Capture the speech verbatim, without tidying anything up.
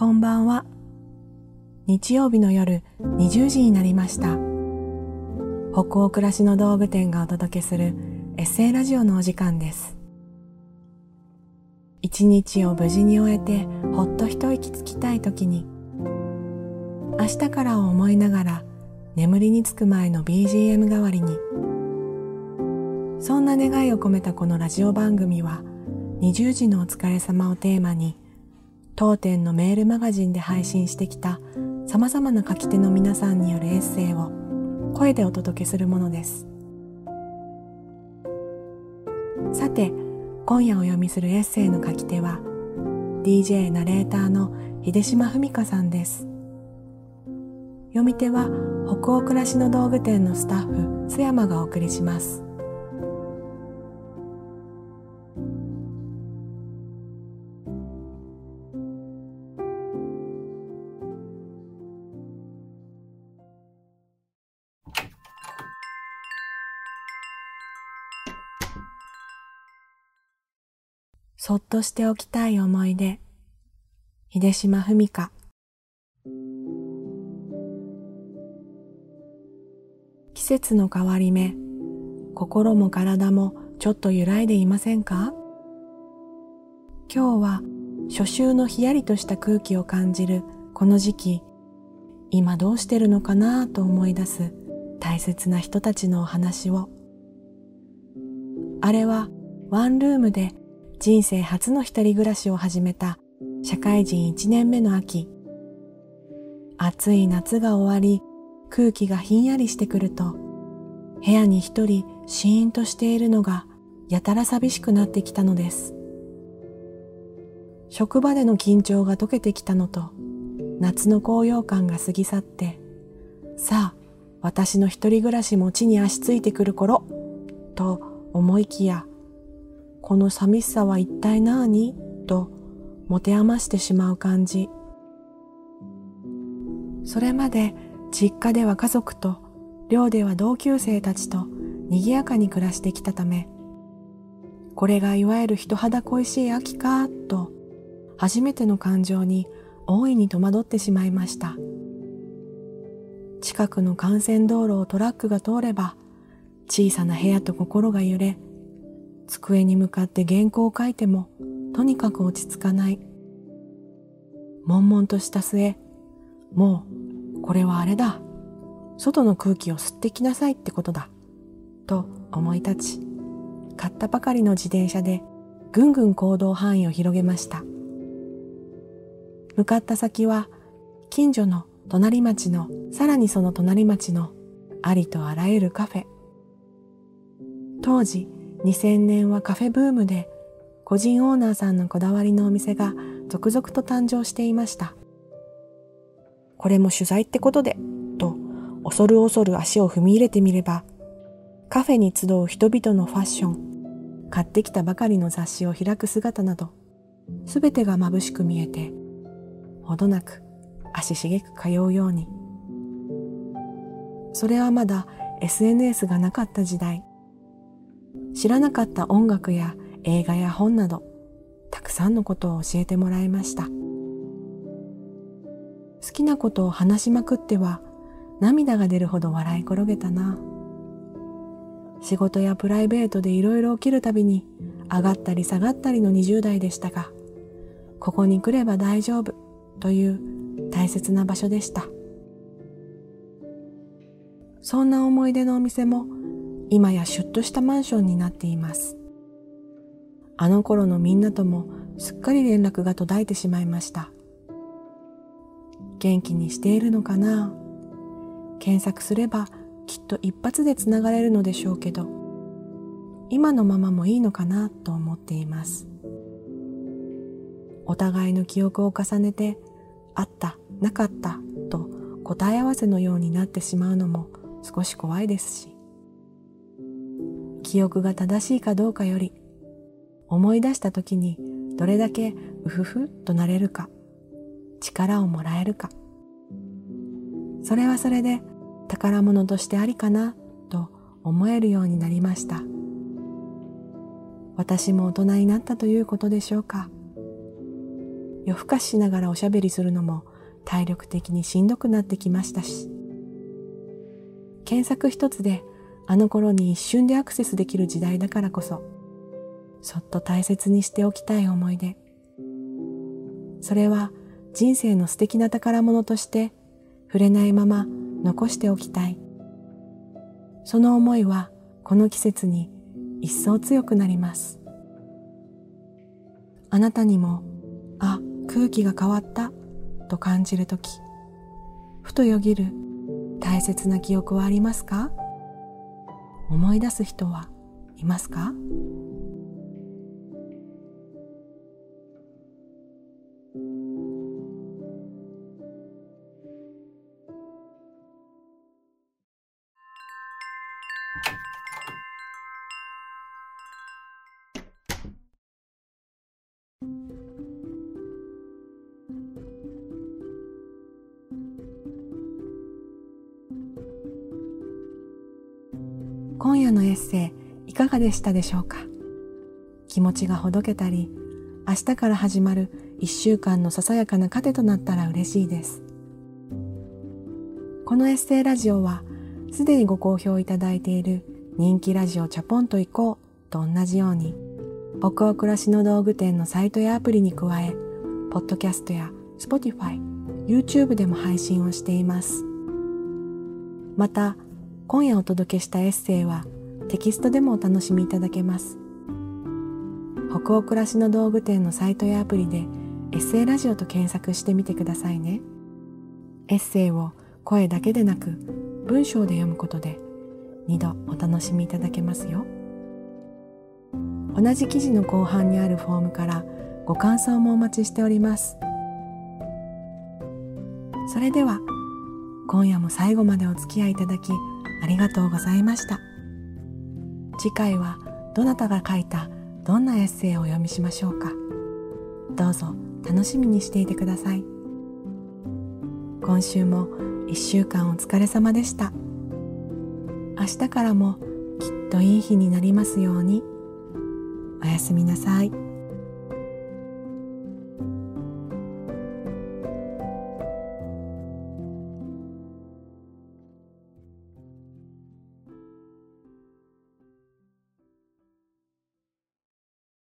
こんばんは。日曜日の夜にじゅうじになりました。北欧暮らしの道具店がお届けするエッセイラジオのお時間です。一日を無事に終えてほっと一息つきたいときに、明日からを思いながら眠りにつく前の ビージーエム 代わりに、そんな願いを込めたこのラジオ番組は、にじゅうじのお疲れ様をテーマに、当店のメールマガジンで配信してきた様々な書き手の皆さんによるエッセイを声でお届けするものです。さて、今夜お読みするエッセイの書き手は ディージェー ナレーターの秀島文香さんです。読み手は北欧暮らしの道具店のスタッフ須山がお送りします。そっとしておきたい思い出、秀島文香。季節の変わり目、心も体もちょっと揺らいでいませんか？今日は初秋のひやりとした空気を感じるこの時期、今どうしてるのかなと思い出す大切な人たちのお話を。あれはワンルームで人生初の一人暮らしを始めた社会人いちねんめの秋。暑い夏が終わり、空気がひんやりしてくると、部屋に一人シーンとしているのがやたら寂しくなってきたのです。職場での緊張が解けてきたのと、夏の高揚感が過ぎ去って、さあ、私の一人暮らしも地に足ついてくる頃、と思いきや、この寂しさは一体何？と持て余してしまう感じ。それまで実家では家族と、寮では同級生たちと賑やかに暮らしてきたため、これがいわゆる人肌恋しい秋かと、初めての感情に大いに戸惑ってしまいました。近くの幹線道路をトラックが通れば、小さな部屋と心が揺れ、机に向かって原稿を書いてもとにかく落ち着かない。悶々とした末、もうこれはあれだ、外の空気を吸ってきなさいってことだと思い立ち、買ったばかりの自転車でぐんぐん行動範囲を広げました。向かった先は近所の隣町の、さらにその隣町のありとあらゆるカフェ。当時にせんねんはカフェブームで、個人オーナーさんのこだわりのお店が続々と誕生していました。これも取材ってことで、と恐る恐る足を踏み入れてみれば、カフェに集う人々のファッション、買ってきたばかりの雑誌を開く姿など、すべてが眩しく見えて、ほどなく足しげく通うように。それはまだ エスエヌエス がなかった時代。知らなかった音楽や映画や本など、たくさんのことを教えてもらいました。好きなことを話しまくっては、涙が出るほど笑い転げたな。仕事やプライベートでいろいろ起きるたびに、上がったり下がったりのにじゅう代でしたが、ここに来れば大丈夫という大切な場所でした。そんな思い出のお店も、今やシュッとしたマンションになっています。あの頃のみんなともすっかり連絡が途絶えてしまいました。元気にしているのかな？検索すればきっと一発でつながれるのでしょうけど、今のままもいいのかなと思っています。お互いの記憶を重ねて、あった、なかったと答え合わせのようになってしまうのも少し怖いですし、記憶が正しいかどうかより、思い出した時にどれだけうふふとなれるか、力をもらえるか、それはそれで宝物としてありかなと思えるようになりました。私も大人になったということでしょうか。 夜更かししながらおしゃべりするのも体力的にしんどくなってきましたし、検索一つであの頃に一瞬でアクセスできる時代だからこそ、そっと大切にしておきたい思い出。それは人生の素敵な宝物として触れないまま残しておきたい。その思いはこの季節に一層強くなります。あなたにも、あ、空気が変わったと感じるとき、ふとよぎる大切な記憶はありますか？思い出す人はいますか？今夜のエッセイいかがでしたでしょうか？気持ちがほどけたり、明日から始まる一週間のささやかな糧となったら嬉しいです。このエッセイラジオはすでにご好評いただいている人気ラジオチャポンと行こうと同じように、北欧暮らしの道具店のサイトやアプリに加え、ポッドキャストや Spotify、YouTube でも配信をしています。また、今夜お届けしたエッセイはテキストでもお楽しみいただけます。北欧暮らしの道具店のサイトやアプリでエッセイラジオと検索してみてくださいね。エッセイを声だけでなく文章で読むことで二度お楽しみいただけますよ。同じ記事の後半にあるフォームからご感想もお待ちしております。それでは今夜も最後までお付き合いいただきありがとうございました。次回はどなたが書いたどんなエッセイをお読みしましょうか。どうぞ楽しみにしていてください。今週も一週間お疲れ様でした。明日からもきっといい日になりますように。おやすみなさい。